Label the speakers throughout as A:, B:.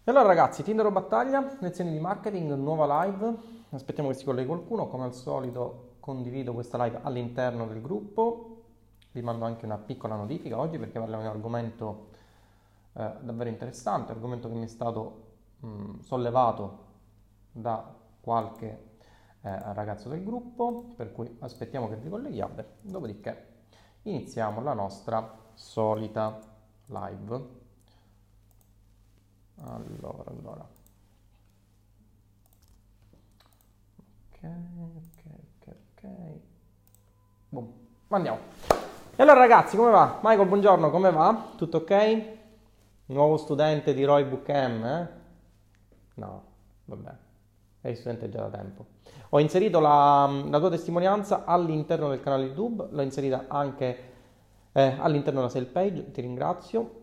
A: E allora ragazzi, Tinder o battaglia, lezioni di marketing, nuova live, aspettiamo che si colleghi qualcuno, come al solito condivido questa live all'interno del gruppo, vi mando anche una piccola notifica oggi perché parliamo di un argomento davvero interessante, argomento che mi è stato sollevato da qualche ragazzo del gruppo, per cui aspettiamo che vi colleghiate, dopodiché iniziamo la nostra solita live. Allora. Ok. Boom. Andiamo. E allora ragazzi, come va? Michael, buongiorno, come va? Tutto ok? Nuovo studente di Roy Bootcamp, eh? No, vabbè. Sei studente già da tempo. Ho inserito la tua testimonianza all'interno del canale YouTube, l'ho inserita anche all'interno della sale page, ti ringrazio.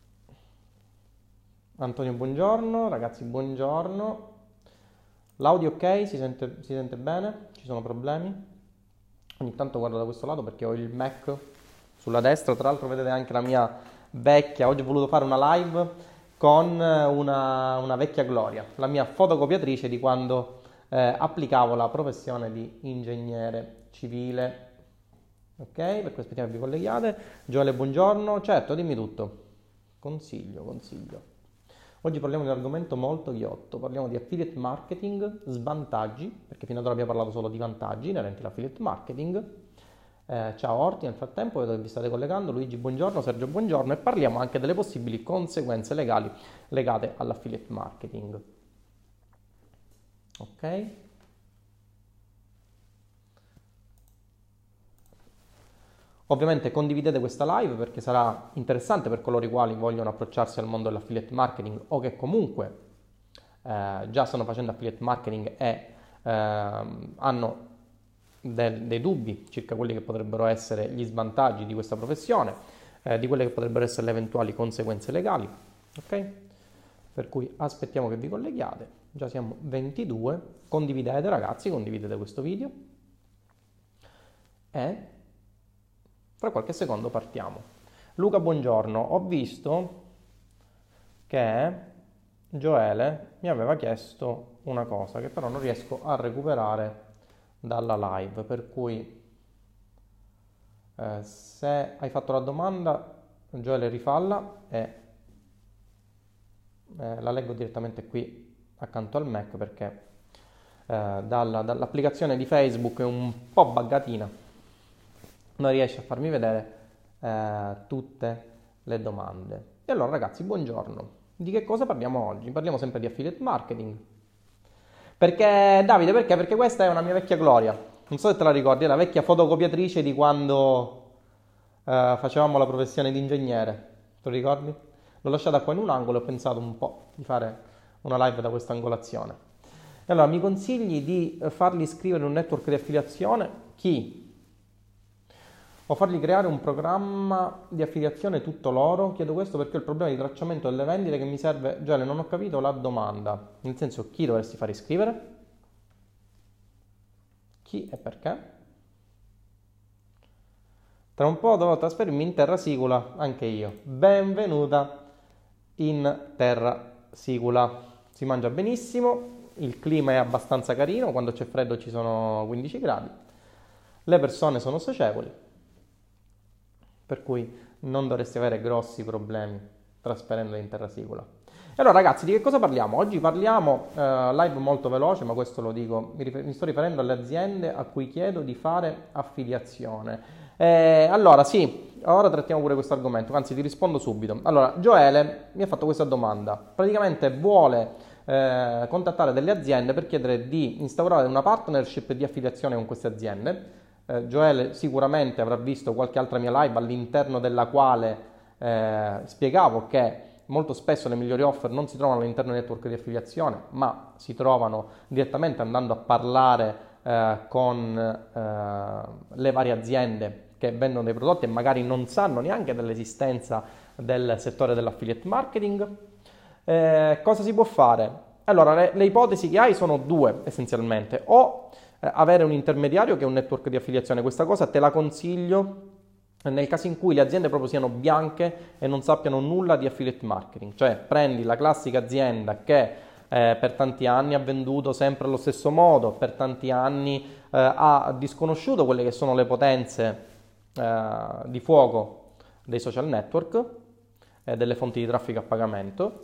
A: Antonio, buongiorno, ragazzi, buongiorno. L'audio ok? Si sente bene? Ci sono problemi? Ogni tanto guardo da questo lato perché ho il Mac sulla destra, tra l'altro vedete anche la mia vecchia, oggi ho voluto fare una live con una vecchia gloria, la mia fotocopiatrice di quando applicavo la professione di ingegnere civile. Ok, per cui aspettiamo che vi colleghiate. Gioele, buongiorno, certo, dimmi tutto. Consiglio. Oggi parliamo di un argomento molto ghiotto, parliamo di affiliate marketing, svantaggi, perché fino ad ora abbiamo parlato solo di vantaggi inerenti all'affiliate marketing. Ciao Orti, nel frattempo vedo che vi state collegando, Luigi buongiorno, Sergio buongiorno, e parliamo anche delle possibili conseguenze legali legate all'affiliate marketing. Ok? Ovviamente condividete questa live perché sarà interessante per coloro i quali vogliono approcciarsi al mondo dell'affiliate marketing o che comunque già stanno facendo affiliate marketing e hanno dei dubbi circa quelli che potrebbero essere gli svantaggi di questa professione, di quelle che potrebbero essere le eventuali conseguenze legali. Ok? Per cui aspettiamo che vi colleghiate, già siamo 22, condividete ragazzi, condividete questo video e fra qualche secondo partiamo. Luca, buongiorno. Ho visto che Gioele mi aveva chiesto una cosa che però non riesco a recuperare dalla live, per cui se hai fatto la domanda, Gioele rifalla e la leggo direttamente qui accanto al Mac perché dall'applicazione di Facebook è un po' buggatina, non riesce a farmi vedere tutte le domande. E allora ragazzi, buongiorno. Di che cosa parliamo oggi? Parliamo sempre di affiliate marketing. Perché, Davide, perché? Perché questa è una mia vecchia gloria. Non so se te la ricordi, è la vecchia fotocopiatrice di quando facevamo la professione di ingegnere. Te lo ricordi? L'ho lasciata qua in un angolo e ho pensato un po' di fare una live da questa angolazione. E allora, mi consigli di farli iscrivere in un network di affiliazione? Chi? O fargli creare un programma di affiliazione tutto loro? Chiedo questo perché ho il problema di tracciamento delle vendite che mi serve. Già, non ho capito la domanda. Nel senso, chi dovresti far iscrivere? Chi e perché? Tra un po' dovrò trasferirmi in terra sicula anche io. Benvenuta in terra sicula. Si mangia benissimo, il clima è abbastanza carino, quando c'è freddo ci sono 15 gradi, le persone sono socievoli, per cui non dovresti avere grossi problemi trasferendo in terra sicula. E allora ragazzi, di che cosa parliamo? Oggi parliamo, live molto veloce, ma questo lo dico, mi sto riferendo alle aziende a cui chiedo di fare affiliazione. Allora sì, ora trattiamo pure questo argomento, anzi ti rispondo subito. Allora, Gioele mi ha fatto questa domanda, praticamente vuole contattare delle aziende per chiedere di instaurare una partnership di affiliazione con queste aziende. Gioele sicuramente avrà visto qualche altra mia live all'interno della quale spiegavo che molto spesso le migliori offer non si trovano all'interno del network di affiliazione, ma si trovano direttamente andando a parlare con le varie aziende che vendono dei prodotti e magari non sanno neanche dell'esistenza del settore dell'affiliate marketing. Cosa si può fare? Allora, le ipotesi che hai sono due essenzialmente, o avere un intermediario che è un network di affiliazione, questa cosa te la consiglio nel caso in cui le aziende proprio siano bianche e non sappiano nulla di affiliate marketing, cioè prendi la classica azienda che per tanti anni ha venduto sempre allo stesso modo, per tanti anni ha disconosciuto quelle che sono le potenze di fuoco dei social network e delle fonti di traffico a pagamento.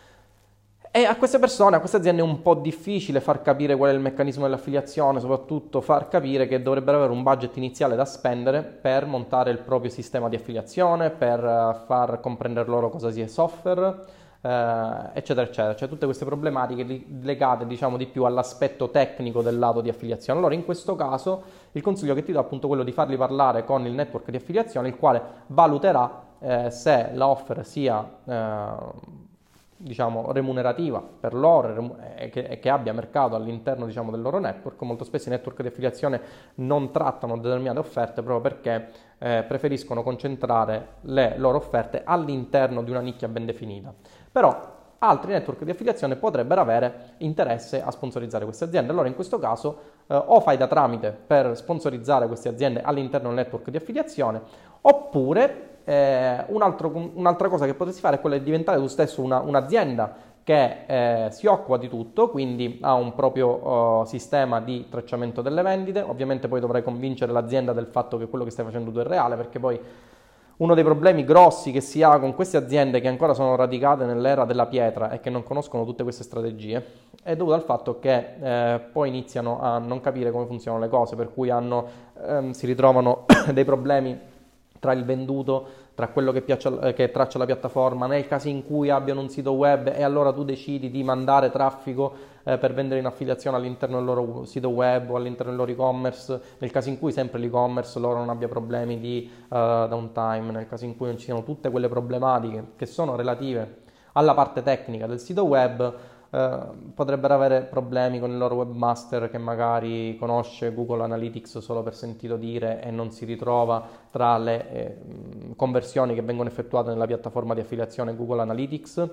A: E a queste persone, a queste aziende è un po' difficile far capire qual è il meccanismo dell'affiliazione, soprattutto far capire che dovrebbero avere un budget iniziale da spendere per montare il proprio sistema di affiliazione, per far comprendere loro cosa sia software, eccetera, eccetera. Cioè tutte queste problematiche legate, diciamo, di più all'aspetto tecnico del lato di affiliazione. Allora, in questo caso, il consiglio che ti do è appunto quello di farli parlare con il network di affiliazione, il quale valuterà se la offer sia diciamo remunerativa per loro e che abbia mercato all'interno, diciamo, del loro network. Molto spesso i network di affiliazione non trattano determinate offerte proprio perché preferiscono concentrare le loro offerte all'interno di una nicchia ben definita. Però altri network di affiliazione potrebbero avere interesse a sponsorizzare queste aziende. Allora in questo caso o fai da tramite per sponsorizzare queste aziende all'interno del network di affiliazione, oppure un'altra cosa che potresti fare è quella di diventare tu stesso un'azienda che si occupa di tutto, quindi ha un proprio sistema di tracciamento delle vendite. Ovviamente poi dovrai convincere l'azienda del fatto che quello che stai facendo tu è reale, perché poi uno dei problemi grossi che si ha con queste aziende che ancora sono radicate nell'era della pietra e che non conoscono tutte queste strategie è dovuto al fatto che poi iniziano a non capire come funzionano le cose, per cui si ritrovano dei problemi tra il venduto, tra quello che traccia la piattaforma, nel caso in cui abbiano un sito web e allora tu decidi di mandare traffico per vendere in affiliazione all'interno del loro sito web o all'interno del loro e-commerce, nel caso in cui sempre l'e-commerce loro non abbia problemi di downtime, nel caso in cui non ci siano tutte quelle problematiche che sono relative alla parte tecnica del sito web. Potrebbero avere problemi con il loro webmaster che magari conosce Google Analytics solo per sentito dire e non si ritrova tra le conversioni che vengono effettuate nella piattaforma di affiliazione Google Analytics,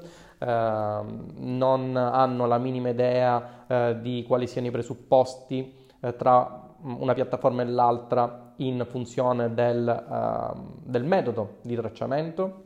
A: non hanno la minima idea di quali siano i presupposti tra una piattaforma e l'altra in funzione del metodo di tracciamento,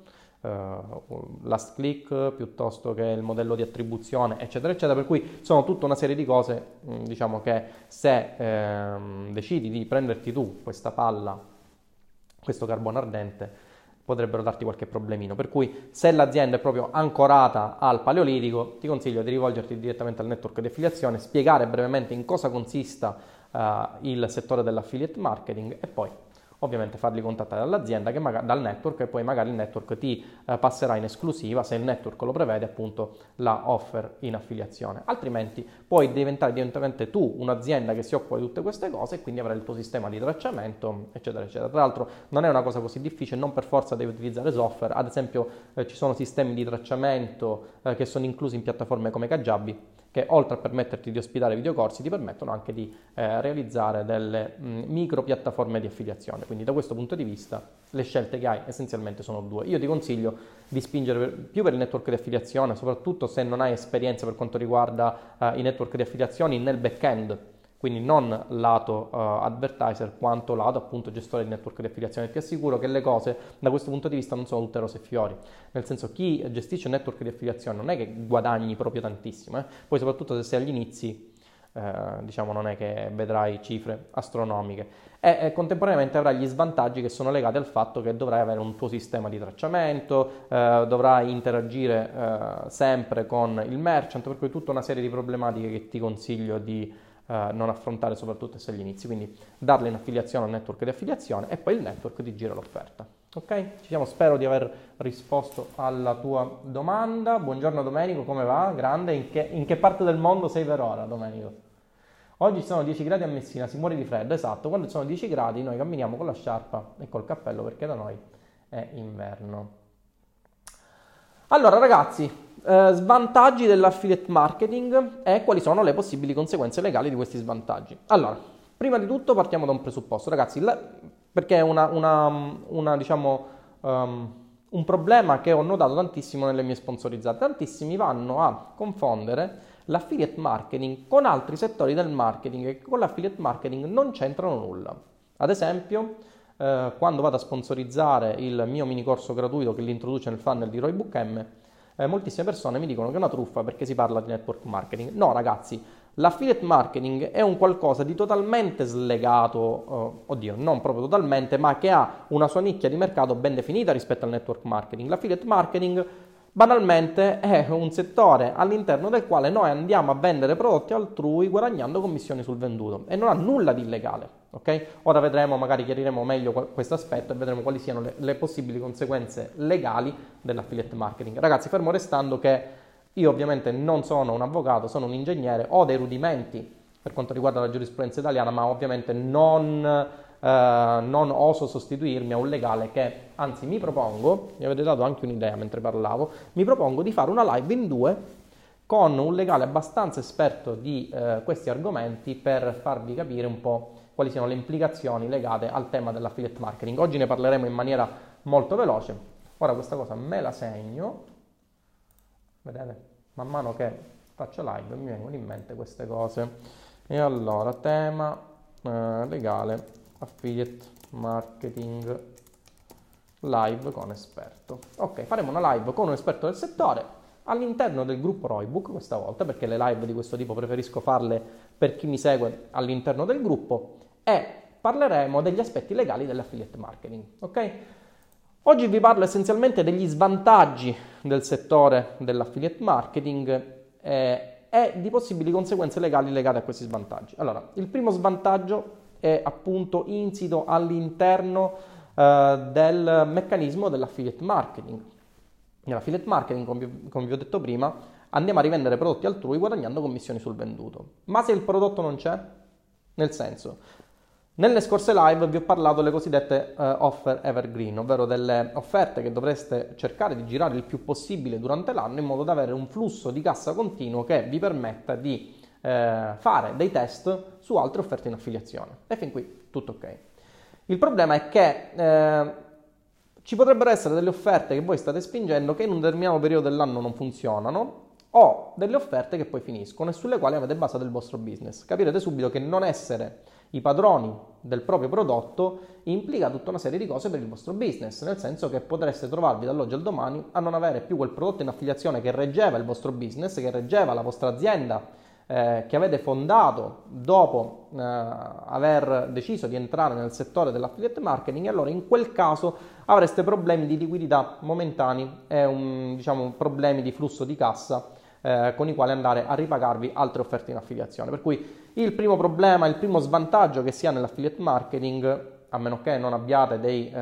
A: last click piuttosto che il modello di attribuzione, eccetera eccetera, per cui sono tutta una serie di cose, diciamo, che se decidi di prenderti tu questa palla, questo carbone ardente, potrebbero darti qualche problemino. Per cui se l'azienda è proprio ancorata al paleolitico, ti consiglio di rivolgerti direttamente al network di affiliazione, spiegare brevemente in cosa consista il settore dell'affiliate marketing e poi ovviamente farli contattare dall'azienda, dal network, e poi magari il network ti passerà in esclusiva, se il network lo prevede, appunto la offer in affiliazione. Altrimenti puoi diventare direttamente tu un'azienda che si occupa di tutte queste cose e quindi avrai il tuo sistema di tracciamento, eccetera eccetera. Tra l'altro non è una cosa così difficile, non per forza devi utilizzare software. Ad esempio ci sono sistemi di tracciamento che sono inclusi in piattaforme come Kajabi, che oltre a permetterti di ospitare videocorsi ti permettono anche di realizzare delle micro piattaforme di affiliazione. Quindi da questo punto di vista le scelte che hai essenzialmente sono due. Io ti consiglio di spingere più per il network di affiliazione, soprattutto se non hai esperienza per quanto riguarda i network di affiliazioni nel back-end, quindi non lato advertiser quanto lato appunto gestore di network di affiliazione. Ti assicuro che le cose da questo punto di vista non sono tutte rose e fiori, nel senso, chi gestisce un network di affiliazione non è che guadagni proprio tantissimo, poi soprattutto se sei agli inizi diciamo non è che vedrai cifre astronomiche e contemporaneamente avrai gli svantaggi che sono legati al fatto che dovrai avere un tuo sistema di tracciamento, dovrai interagire sempre con il merchant, per cui tutta una serie di problematiche che ti consiglio di non affrontare, soprattutto se agli inizi. Quindi darle in affiliazione al network di affiliazione e poi il network ti gira l'offerta. Ok? Ci siamo, spero di aver risposto alla tua domanda. Buongiorno Domenico, come va? Grande, in che parte del mondo sei per ora, Domenico? Oggi ci sono 10 gradi a Messina, si muore di freddo, esatto, quando ci sono 10 gradi noi camminiamo con la sciarpa e col cappello perché da noi è inverno. Allora ragazzi, svantaggi dell'affiliate marketing e quali sono le possibili conseguenze legali di questi svantaggi. Allora, prima di tutto partiamo da un presupposto, ragazzi, perché è diciamo, un problema che ho notato tantissimo nelle mie sponsorizzate. Tantissimi vanno a confondere l'affiliate marketing con altri settori del marketing che con l'affiliate marketing non c'entrano nulla. Ad esempio, quando vado a sponsorizzare il mio mini corso gratuito che li introduce nel funnel di Roybook M, moltissime persone mi dicono che è una truffa perché si parla di network marketing. No ragazzi, l'affiliate marketing è un qualcosa di totalmente slegato, non proprio totalmente, ma che ha una sua nicchia di mercato ben definita rispetto al network marketing. L'affiliate marketing banalmente è un settore all'interno del quale noi andiamo a vendere prodotti altrui guadagnando commissioni sul venduto e non ha nulla di illegale, ok? Ora vedremo, magari chiariremo meglio questo aspetto e vedremo quali siano le possibili conseguenze legali dell'affiliate marketing. Ragazzi, fermo restando che io ovviamente non sono un avvocato, sono un ingegnere, ho dei rudimenti per quanto riguarda la giurisprudenza italiana, ma ovviamente non oso sostituirmi a un legale che, anzi mi propongo, mi avete dato anche un'idea mentre parlavo, mi propongo di fare una live in 2 con un legale abbastanza esperto di questi argomenti per farvi capire un po' quali siano le implicazioni legate al tema dell'affiliate marketing. Oggi ne parleremo in maniera molto veloce. Ora questa cosa me la segno, vedete, man mano che faccio live mi vengono in mente queste cose. E allora, tema legale, affiliate marketing, live con esperto. Ok, faremo una live con un esperto del settore all'interno del gruppo Roybook questa volta, perché le live di questo tipo preferisco farle per chi mi segue all'interno del gruppo, e parleremo degli aspetti legali dell'affiliate marketing, ok? Oggi vi parlo essenzialmente degli svantaggi del settore dell'affiliate marketing e di possibili conseguenze legali legate a questi svantaggi. Allora, il primo svantaggio è appunto insito all'interno del meccanismo dell'affiliate marketing. Nell'affiliate marketing, come vi ho detto prima, andiamo a rivendere prodotti altrui guadagnando commissioni sul venduto. Ma se il prodotto non c'è? Nel senso, nelle scorse live vi ho parlato delle cosiddette offer evergreen, ovvero delle offerte che dovreste cercare di girare il più possibile durante l'anno in modo da avere un flusso di cassa continuo che vi permetta di fare dei test su altre offerte in affiliazione. E fin qui tutto ok. Il problema è che ci potrebbero essere delle offerte che voi state spingendo che in un determinato periodo dell'anno non funzionano, o delle offerte che poi finiscono e sulle quali avete basato il vostro business. Capirete subito che non essere i padroni del proprio prodotto implica tutta una serie di cose per il vostro business, nel senso che potreste trovarvi dall'oggi al domani a non avere più quel prodotto in affiliazione che reggeva il vostro business, che reggeva la vostra azienda che avete fondato dopo aver deciso di entrare nel settore dell'affiliate marketing, e allora in quel caso avreste problemi di liquidità momentanei e problemi di flusso di cassa con i quali andare a ripagarvi altre offerte in affiliazione. Per cui il primo problema, il primo svantaggio che si ha nell'affiliate marketing, a meno che non abbiate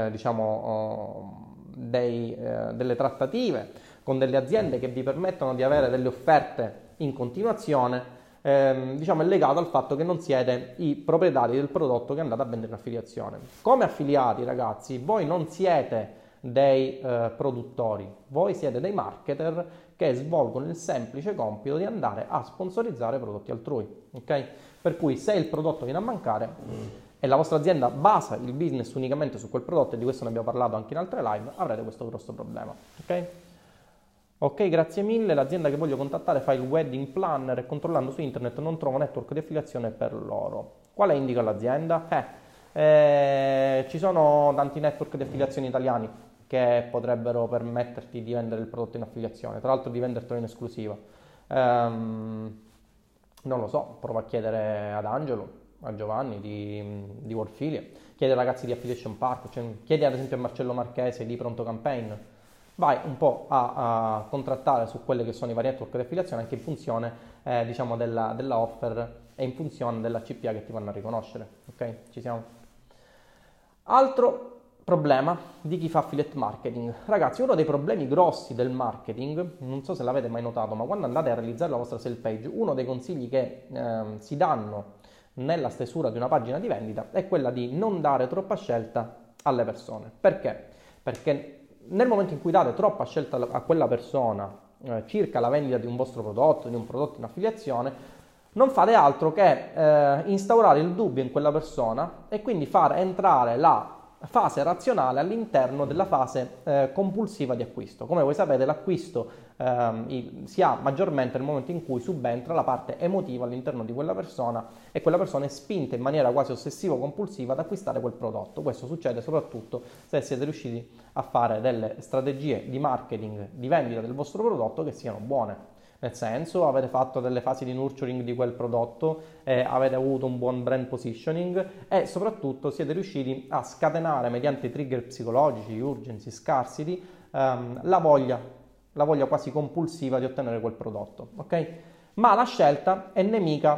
A: delle trattative con delle aziende che vi permettono di avere delle offerte in continuazione, è legato al fatto che non siete i proprietari del prodotto che andate a vendere in affiliazione. Come affiliati, ragazzi, voi non siete dei produttori, voi siete dei marketer che svolgono il semplice compito di andare a sponsorizzare prodotti altrui, ok? Per cui se il prodotto viene a mancare e la vostra azienda basa il business unicamente su quel prodotto, e di questo ne abbiamo parlato anche in altre live, avrete questo grosso problema, ok? Ok, grazie mille, l'azienda che voglio contattare fa il wedding planner e controllando su internet non trovo network di affiliazione per loro. Quale indica l'azienda? Ci sono tanti network di affiliazione italiani che potrebbero permetterti di vendere il prodotto in affiliazione, tra l'altro di vendertelo in esclusiva. Non lo so, prova a chiedere ad Angelo, a Giovanni di Warfilia, chiedi ai ragazzi di Affiliation Park, chiedi ad esempio a Marcello Marchese di Pronto Campaign. Vai un po' a contrattare su quelli che sono i vari network di affiliazione anche in funzione della offer e in funzione della CPA che ti vanno a riconoscere, ok? Ci siamo? Altro problema di chi fa affiliate marketing. Ragazzi, uno dei problemi grossi del marketing, non so se l'avete mai notato, ma quando andate a realizzare la vostra sale page, uno dei consigli che si danno nella stesura di una pagina di vendita è quella di non dare troppa scelta alle persone. Perché? Perché nel momento in cui date troppa scelta a quella persona circa la vendita di un vostro prodotto, di un prodotto in affiliazione, non fate altro che instaurare il dubbio in quella persona e quindi far entrare la fase razionale all'interno della fase compulsiva di acquisto. Come voi sapete, l'acquisto si ha maggiormente nel momento in cui subentra la parte emotiva all'interno di quella persona e quella persona è spinta in maniera quasi ossessivo-compulsiva ad acquistare quel prodotto. Questo succede soprattutto se siete riusciti a fare delle strategie di marketing, di vendita del vostro prodotto che siano buone. Nel senso, avete fatto delle fasi di nurturing di quel prodotto, avete avuto un buon brand positioning e soprattutto siete riusciti a scatenare mediante trigger psicologici, urgency, scarcity, la voglia quasi compulsiva di ottenere quel prodotto, ok? Ma la scelta è nemica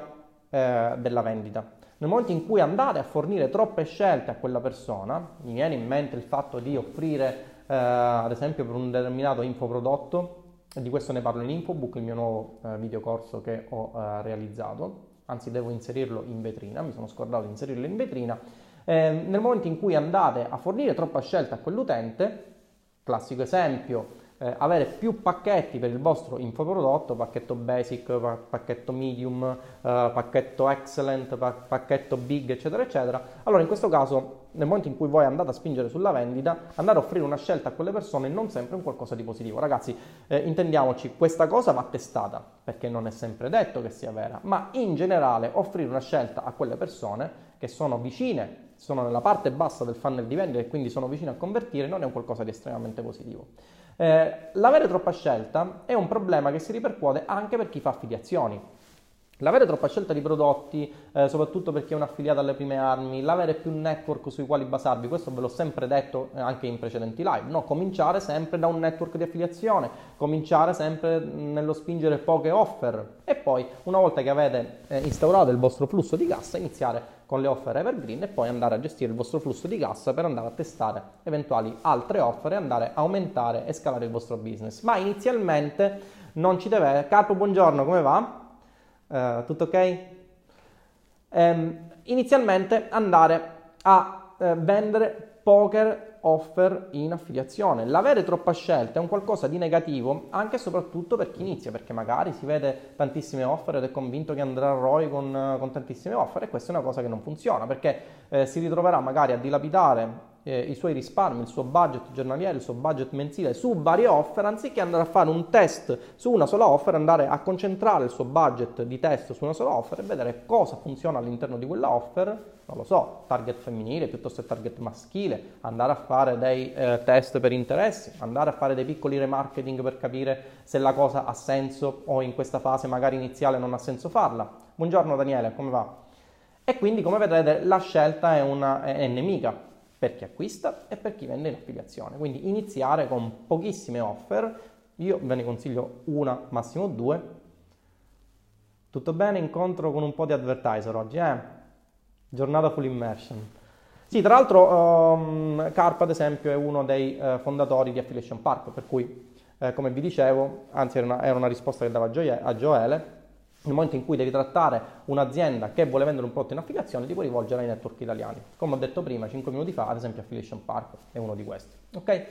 A: della vendita. Nel momento in cui andate a fornire troppe scelte a quella persona, mi viene in mente il fatto di offrire, ad esempio per un determinato infoprodotto, di questo ne parlo in Infobook, il mio nuovo videocorso che ho realizzato, anzi devo inserirlo in vetrina, mi sono scordato di inserirlo in vetrina. Nel momento in cui andate a fornire troppa scelta a quell'utente, classico esempio, avere più pacchetti per il vostro infoprodotto, pacchetto basic, pacchetto medium, pacchetto excellent, pacchetto big, eccetera, eccetera. Allora in questo caso, nel momento in cui voi andate a spingere sulla vendita, andare a offrire una scelta a quelle persone non sempre è un qualcosa di positivo. Ragazzi, intendiamoci, questa cosa va testata, perché non è sempre detto che sia vera, ma in generale offrire una scelta a quelle persone che sono vicine, sono nella parte bassa del funnel di vendita e quindi sono vicine a convertire, non è un qualcosa di estremamente positivo. L'avere troppa scelta è un problema che si ripercuote anche per chi fa affiliazioni. L'avere troppa scelta di prodotti, soprattutto per chi è un affiliato alle prime armi, l'avere più network sui quali basarvi, questo ve l'ho sempre detto anche in precedenti live, no? Cominciare sempre da un network di affiliazione, cominciare sempre nello spingere poche offer e poi una volta che avete instaurato il vostro flusso di cassa iniziare con le offer evergreen e poi andare a gestire il vostro flusso di cassa per andare a testare eventuali altre offer e andare a aumentare e scalare il vostro business. Ma inizialmente non ci deve... Carpo, buongiorno, come va? Tutto ok? Inizialmente andare a vendere poker offer in affiliazione. L'avere troppa scelta è un qualcosa di negativo anche e soprattutto per chi inizia, perché magari si vede tantissime offer ed è convinto che andrà a ROI con tantissime offer e questa è una cosa che non funziona perché si ritroverà magari a dilapidare i suoi risparmi, il suo budget giornaliero, il suo budget mensile su varie offer, anziché andare a fare un test su una sola offer, andare a concentrare il suo budget di test su una sola offer e vedere cosa funziona all'interno di quella offer, non lo so, target femminile piuttosto che target maschile, andare a fare dei test per interessi, andare a fare dei piccoli remarketing per capire se la cosa ha senso o in questa fase magari iniziale non ha senso farla. Buongiorno Daniele, come va? E quindi come vedete la scelta è nemica per chi acquista e per chi vende in affiliazione. Quindi iniziare con pochissime offer, io ve ne consiglio una, massimo due. Tutto bene? Incontro con un po' di advertiser oggi, Giornata full immersion. Sì, tra l'altro Carp ad esempio è uno dei fondatori di Affiliation Park, per cui come vi dicevo, anzi era una risposta che dava a Gioele, nel momento in cui devi trattare un'azienda che vuole vendere un prodotto in affiliazione, ti puoi rivolgere ai network italiani. Come ho detto prima, 5 minuti fa, ad esempio Affiliation Park è uno di questi. Ok?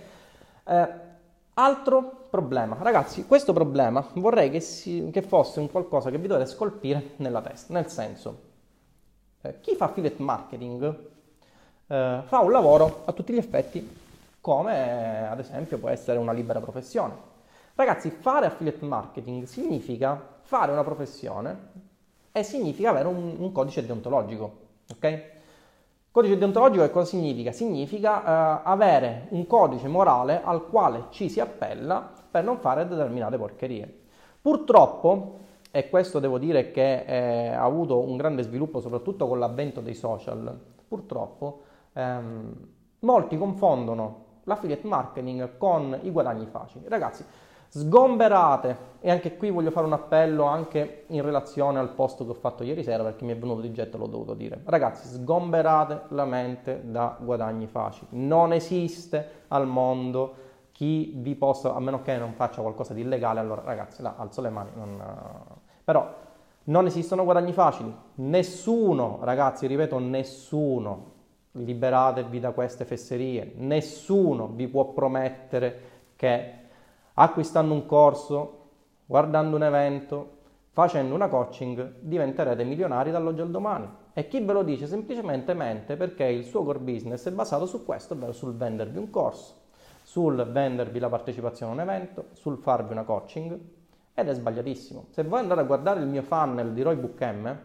A: Altro problema. Ragazzi, questo problema vorrei che fosse un qualcosa che vi dovete scolpire nella testa. Nel senso, chi fa affiliate marketing fa un lavoro a tutti gli effetti come ad esempio può essere una libera professione. Ragazzi, fare affiliate marketing significa fare una professione e significa avere un codice deontologico, ok? Codice deontologico che cosa significa? Significa avere un codice morale al quale ci si appella per non fare determinate porcherie. Purtroppo, e questo devo dire che ha avuto un grande sviluppo soprattutto con l'avvento dei social, purtroppo molti confondono l'affiliate marketing con i guadagni facili. Ragazzi, sgomberate, e anche qui voglio fare un appello anche in relazione al post che ho fatto ieri sera perché mi è venuto di getto, l'ho dovuto dire. Ragazzi, sgomberate la mente da guadagni facili. Non esiste al mondo chi vi possa, a meno che non faccia qualcosa di illegale, allora ragazzi, là, alzo le mani. Però non esistono guadagni facili. Nessuno, ragazzi, ripeto, nessuno, liberatevi da queste fesserie, nessuno vi può promettere che acquistando un corso, guardando un evento, facendo una coaching diventerete milionari dall'oggi al domani. E chi ve lo dice? Semplicemente mente, perché il suo core business è basato su questo, ovvero sul vendervi un corso, sul vendervi la partecipazione a un evento, sul farvi una coaching, ed è sbagliatissimo. Se voi andate a guardare il mio funnel di Roy Book M,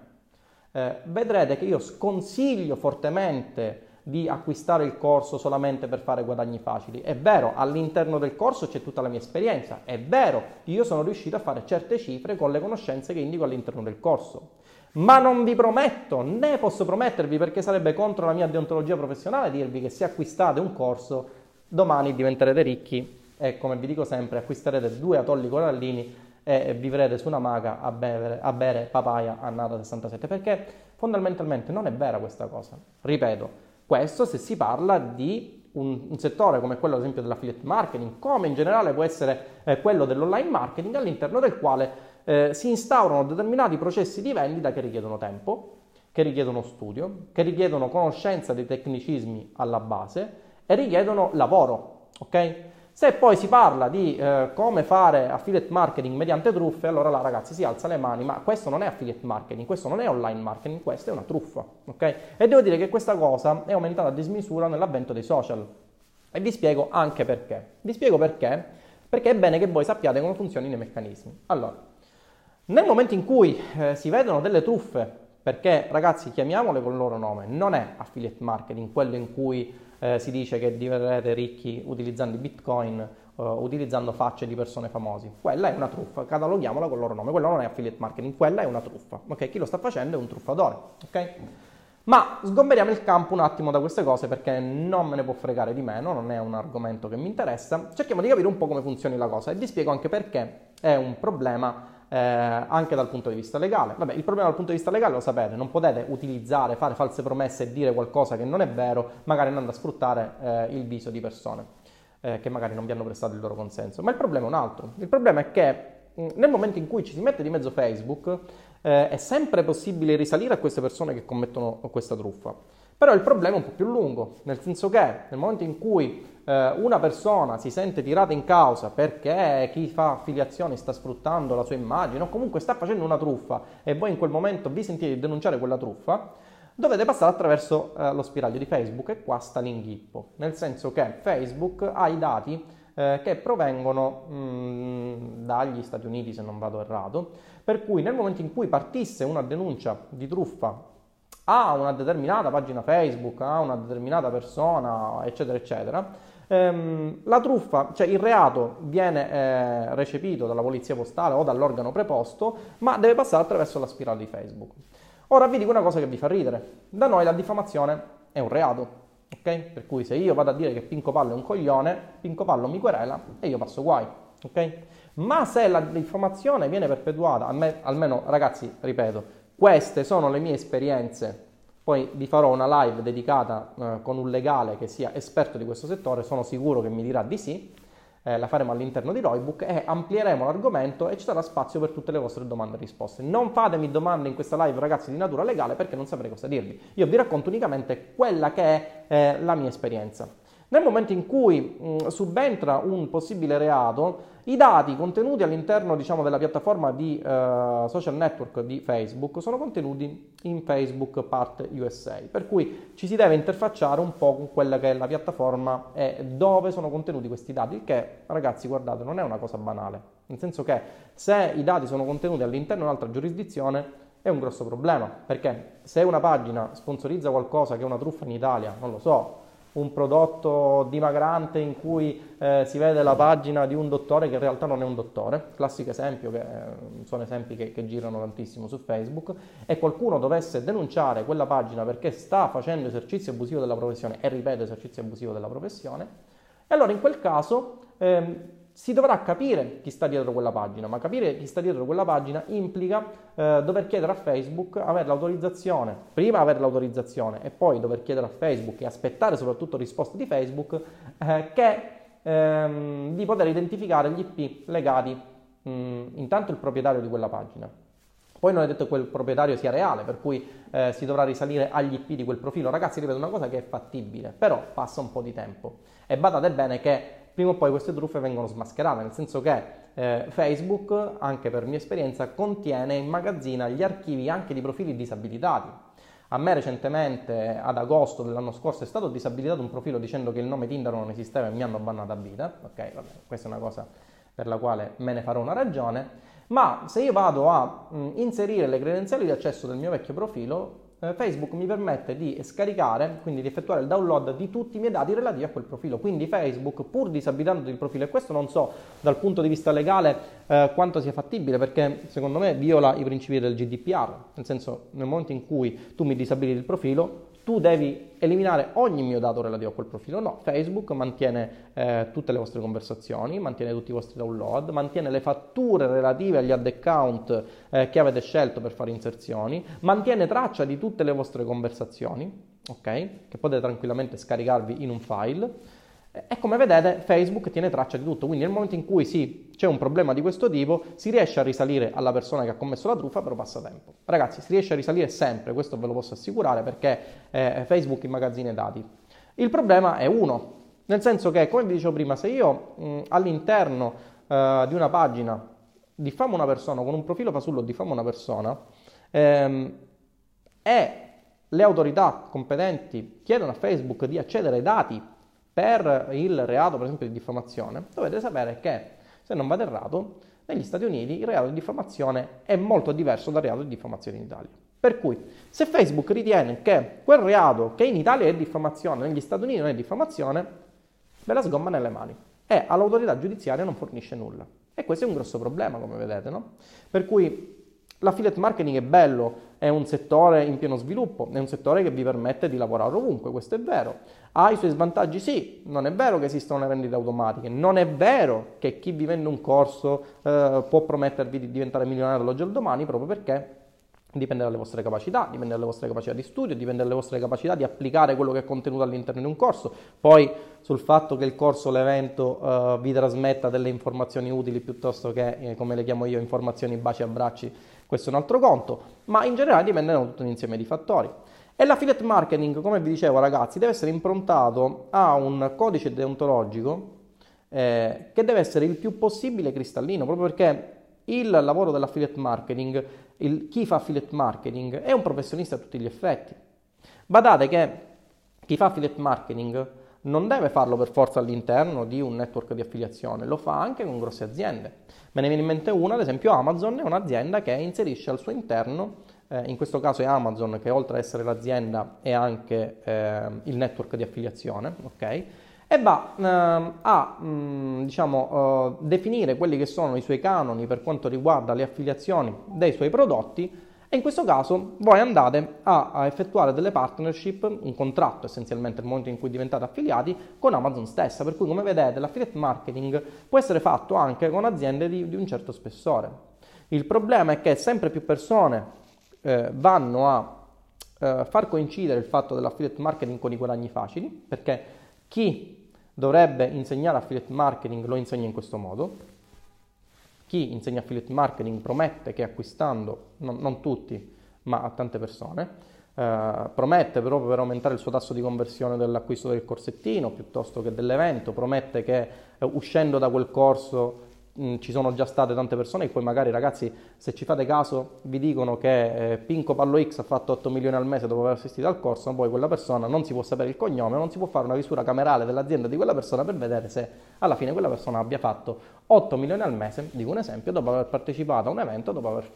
A: vedrete che io sconsiglio fortemente di acquistare il corso solamente per fare guadagni facili. È vero, all'interno del corso c'è tutta la mia esperienza, è vero, io sono riuscito a fare certe cifre con le conoscenze che indico all'interno del corso, ma non vi prometto, né posso promettervi, perché sarebbe contro la mia deontologia professionale, dirvi che se acquistate un corso domani diventerete ricchi e, come vi dico sempre, acquisterete 2 atolli corallini e vivrete su una maca a bere papaya annata 67, perché fondamentalmente non è vera questa cosa. Ripeto, questo se si parla di un settore come quello ad esempio dell'affiliate marketing, come in generale può essere quello dell'online marketing, all'interno del quale si instaurano determinati processi di vendita che richiedono tempo, che richiedono studio, che richiedono conoscenza dei tecnicismi alla base e richiedono lavoro, ok? Se poi si parla di come fare affiliate marketing mediante truffe, allora là ragazzi si alza le mani, ma questo non è affiliate marketing, questo non è online marketing, questa è una truffa, ok? E devo dire che questa cosa è aumentata a dismisura nell'avvento dei social. E vi spiego anche perché. Vi spiego perché è bene che voi sappiate come funzionano i meccanismi. Allora, nel momento in cui si vedono delle truffe, perché ragazzi chiamiamole col loro nome, non è affiliate marketing quello in cui si dice che diventerete ricchi utilizzando i bitcoin, utilizzando facce di persone famose. Quella è una truffa, cataloghiamola col loro nome, quello non è affiliate marketing, quella è una truffa, ok? Chi lo sta facendo è un truffatore, ok? Ma sgomberiamo il campo un attimo da queste cose, perché non me ne può fregare di meno, non è un argomento che mi interessa. Cerchiamo di capire un po' come funzioni la cosa e vi spiego anche perché è un problema anche dal punto di vista legale. Vabbè, il problema dal punto di vista legale lo sapete, non potete utilizzare, fare false promesse e dire qualcosa che non è vero, magari andando a sfruttare il viso di persone che magari non vi hanno prestato il loro consenso. Ma il problema è un altro. Il problema è che nel momento in cui ci si mette di mezzo Facebook, è sempre possibile risalire a queste persone che commettono questa truffa. Però il problema è un po' più lungo, nel senso che nel momento in cui una persona si sente tirata in causa perché chi fa affiliazioni sta sfruttando la sua immagine o comunque sta facendo una truffa e voi in quel momento vi sentite di denunciare quella truffa, dovete passare attraverso lo spiraglio di Facebook e qua sta l'inghippo, nel senso che Facebook ha i dati che provengono dagli Stati Uniti, se non vado errato, per cui nel momento in cui partisse una denuncia di truffa a una determinata pagina Facebook, a una determinata persona, eccetera, eccetera, la truffa, cioè il reato viene recepito dalla polizia postale o dall'organo preposto, ma deve passare attraverso la spirale di Facebook. Ora vi dico una cosa che vi fa ridere. Da noi la diffamazione è un reato, ok? Per cui se io vado a dire che Pinco Pallo è un coglione, Pinco Pallo mi querela e io passo guai, ok? Ma se la diffamazione viene perpetuata, almeno ragazzi, ripeto, queste sono le mie esperienze, poi vi farò una live dedicata con un legale che sia esperto di questo settore, sono sicuro che mi dirà di sì, la faremo all'interno di Roybook e amplieremo l'argomento e ci sarà spazio per tutte le vostre domande e risposte. Non fatemi domande in questa live ragazzi di natura legale perché non saprei cosa dirvi, io vi racconto unicamente quella che è la mia esperienza. Nel momento in cui subentra un possibile reato, i dati contenuti all'interno, diciamo, della piattaforma di social network di Facebook sono contenuti in Facebook Part USA, per cui ci si deve interfacciare un po' con quella che è la piattaforma e dove sono contenuti questi dati, il che, ragazzi, guardate, non è una cosa banale, nel senso che se i dati sono contenuti all'interno di un'altra giurisdizione è un grosso problema, perché se una pagina sponsorizza qualcosa che è una truffa in Italia, non lo so, un prodotto dimagrante in cui si vede la pagina di un dottore che in realtà non è un dottore, classico esempio, che sono esempi che girano tantissimo su Facebook, e qualcuno dovesse denunciare quella pagina perché sta facendo esercizio abusivo della professione, e ripeto esercizio abusivo della professione, e allora in quel caso si dovrà capire chi sta dietro quella pagina, ma capire chi sta dietro quella pagina implica dover chiedere a Facebook, avere l'autorizzazione, prima avere l'autorizzazione e poi dover chiedere a Facebook e aspettare soprattutto risposte di Facebook di poter identificare gli IP legati intanto il proprietario di quella pagina. Poi non è detto che quel proprietario sia reale, per cui si dovrà risalire agli IP di quel profilo. Ragazzi, ripeto, una cosa che è fattibile, però passa un po' di tempo. E badate bene che prima o poi queste truffe vengono smascherate, nel senso che Facebook, anche per mia esperienza, contiene, immagazzina gli archivi anche di profili disabilitati. A me recentemente, ad agosto dell'anno scorso, è stato disabilitato un profilo dicendo che il nome Tinder non esisteva e mi hanno bannato a vita. Ok, vabbè, questa è una cosa per la quale me ne farò una ragione. Ma se io vado a inserire le credenziali di accesso del mio vecchio profilo, Facebook mi permette di scaricare, quindi di effettuare il download di tutti i miei dati relativi a quel profilo. Quindi Facebook, pur disabilitando il profilo, e questo non so dal punto di vista legale quanto sia fattibile, perché secondo me viola i principi del GDPR, nel senso, nel momento in cui tu mi disabiliti il profilo, tu devi eliminare ogni mio dato relativo a quel profilo. No, Facebook mantiene tutte le vostre conversazioni, mantiene tutti i vostri download, mantiene le fatture relative agli ad account che avete scelto per fare inserzioni, mantiene traccia di tutte le vostre conversazioni, ok? Che potete tranquillamente scaricarvi in un file. E come vedete Facebook tiene traccia di tutto, quindi nel momento in cui sì, c'è un problema di questo tipo, si riesce a risalire alla persona che ha commesso la truffa, però passa tempo. Ragazzi, si riesce a risalire sempre, questo ve lo posso assicurare, perché Facebook immagazzina i dati. Il problema è uno, nel senso che, come vi dicevo prima, se io all'interno di una pagina diffamo una persona, con un profilo fasullo diffamo una persona, e le autorità competenti chiedono a Facebook di accedere ai dati per il reato, per esempio, di diffamazione, dovete sapere che, se non vado errato, negli Stati Uniti il reato di diffamazione è molto diverso dal reato di diffamazione in Italia. Per cui, se Facebook ritiene che quel reato, che in Italia è diffamazione, negli Stati Uniti non è diffamazione, ve la sgomma nelle mani e all'autorità giudiziaria non fornisce nulla. E questo è un grosso problema, come vedete, no? Per cui l'affiliate marketing è bello, è un settore in pieno sviluppo, è un settore che vi permette di lavorare ovunque, questo è vero. Ha i suoi svantaggi? Sì, non è vero che esistono le vendite automatiche, non è vero che chi vi vende un corso può promettervi di diventare milionario dall'oggi al domani, proprio perché dipende dalle vostre capacità, dipende dalle vostre capacità di studio, dipende dalle vostre capacità di applicare quello che è contenuto all'interno di un corso. Poi sul fatto che il corso, l'evento vi trasmetta delle informazioni utili piuttosto che, come le chiamo io, informazioni baci e abbracci, questo è un altro conto, ma in generale dipende da tutto un insieme di fattori. E l'affiliate marketing, come vi dicevo ragazzi, deve essere improntato a un codice deontologico che deve essere il più possibile cristallino, proprio perché il lavoro dell'affiliate marketing, chi fa affiliate marketing è un professionista a tutti gli effetti. Badate che chi fa affiliate marketing non deve farlo per forza all'interno di un network di affiliazione, lo fa anche con grosse aziende. Me ne viene in mente una, ad esempio Amazon è un'azienda che inserisce al suo interno, in questo caso è Amazon che oltre ad essere l'azienda è anche il network di affiliazione, ok? E va a definire quelli che sono i suoi canoni per quanto riguarda le affiliazioni dei suoi prodotti. E in questo caso voi andate a effettuare delle partnership, un contratto essenzialmente nel momento in cui diventate affiliati con Amazon stessa, per cui come vedete l'affiliate marketing può essere fatto anche con aziende di un certo spessore. Il problema è che sempre più persone vanno a far coincidere il fatto dell'affiliate marketing con i guadagni facili, perché chi dovrebbe insegnare affiliate marketing lo insegna in questo modo. Chi insegna affiliate marketing promette che acquistando, non tutti, ma a tante persone, promette proprio per aumentare il suo tasso di conversione dell'acquisto del corsettino piuttosto che dell'evento, promette che uscendo da quel corso ci sono già state tante persone e poi magari ragazzi, se ci fate caso, vi dicono che Pinco Pallo X ha fatto 8 milioni al mese dopo aver assistito al corso, ma poi quella persona non si può sapere il cognome, non si può fare una visura camerale dell'azienda di quella persona per vedere se alla fine quella persona abbia fatto 8 milioni al mese, dico un esempio, dopo aver partecipato a un evento, dopo aver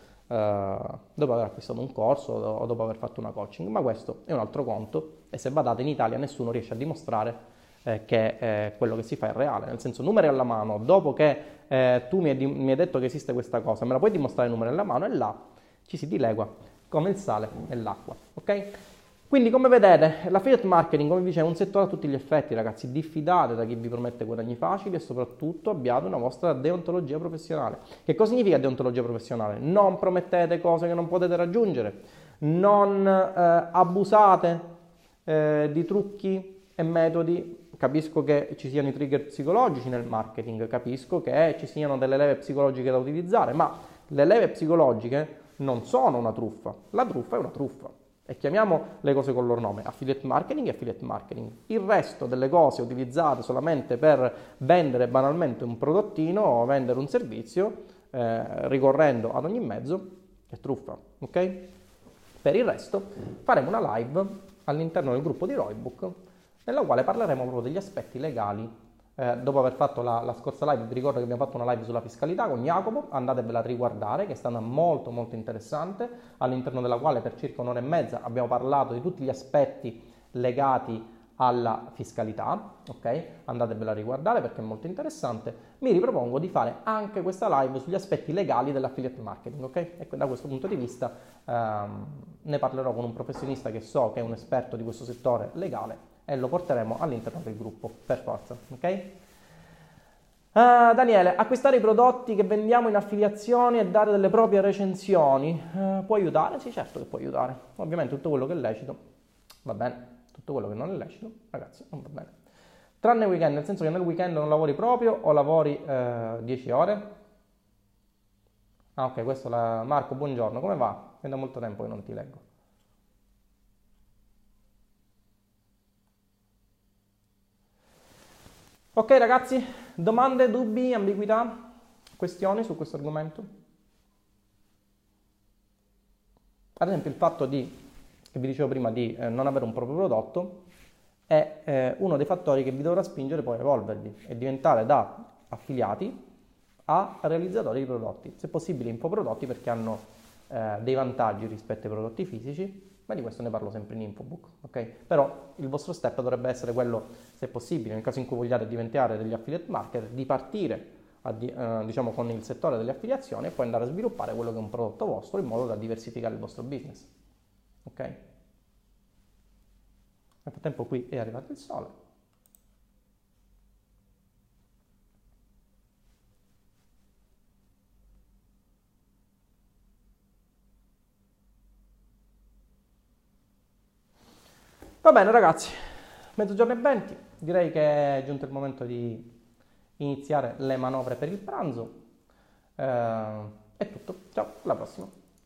A: acquistato un corso o dopo aver fatto una coaching. Ma questo è un altro conto e se badate in Italia nessuno riesce a dimostrare che quello che si fa è reale, nel senso, numeri alla mano, dopo che tu mi hai detto che esiste questa cosa, me la puoi dimostrare numeri alla mano, e là ci si dilegua come il sale e l'acqua, ok? Quindi come vedete l'affiliate marketing, come vi dicevo, è un settore a tutti gli effetti ragazzi, diffidate da chi vi promette guadagni facili e soprattutto abbiate una vostra deontologia professionale. Che cosa significa deontologia professionale? Non promettete cose che non potete raggiungere, non abusate di trucchi e metodi. Capisco che ci siano i trigger psicologici nel marketing, capisco che ci siano delle leve psicologiche da utilizzare, ma le leve psicologiche non sono una truffa. La truffa è una truffa. E chiamiamo le cose con il loro nome, affiliate marketing e affiliate marketing. Il resto delle cose utilizzate solamente per vendere banalmente un prodottino o vendere un servizio, ricorrendo ad ogni mezzo, è truffa, ok? Per il resto faremo una live all'interno del gruppo di Roybook, nella quale parleremo proprio degli aspetti legali. Dopo aver fatto la scorsa live, vi ricordo che abbiamo fatto una live sulla fiscalità con Jacopo, andatevela a riguardare, che è stata molto molto interessante, all'interno della quale per circa un'ora e mezza abbiamo parlato di tutti gli aspetti legati alla fiscalità, ok? Andatevela a riguardare perché è molto interessante. Mi ripropongo di fare anche questa live sugli aspetti legali dell'affiliate marketing, ok? E da questo punto di vista ne parlerò con un professionista che so che è un esperto di questo settore legale e lo porteremo all'interno del gruppo, per forza, ok? Daniele, acquistare i prodotti che vendiamo in affiliazioni e dare delle proprie recensioni, può aiutare? Sì, certo che può aiutare. Ovviamente tutto quello che è lecito va bene, tutto quello che non è lecito, ragazzi, non va bene. Tranne il weekend, nel senso che nel weekend non lavori proprio o lavori 10 ore? Ah, ok, questo è Marco, buongiorno, come va? È da molto tempo che non ti leggo. Ok ragazzi, domande, dubbi, ambiguità, questioni su questo argomento? Ad esempio il fatto che vi dicevo prima, di non avere un proprio prodotto è uno dei fattori che vi dovrà spingere poi a evolvervi e diventare da affiliati a realizzatori di prodotti, se possibile infoprodotti perché hanno dei vantaggi rispetto ai prodotti fisici, ma di questo ne parlo sempre in Infobook, ok? Però il vostro step dovrebbe essere quello, se possibile, nel caso in cui vogliate diventare degli affiliate marketer, di partire diciamo con il settore delle affiliazioni e poi andare a sviluppare quello che è un prodotto vostro in modo da diversificare il vostro business, ok? Nel frattempo qui è arrivato il sole. Va bene ragazzi, mezzogiorno e 20, direi che è giunto il momento di iniziare le manovre per il pranzo. È tutto, ciao, alla prossima.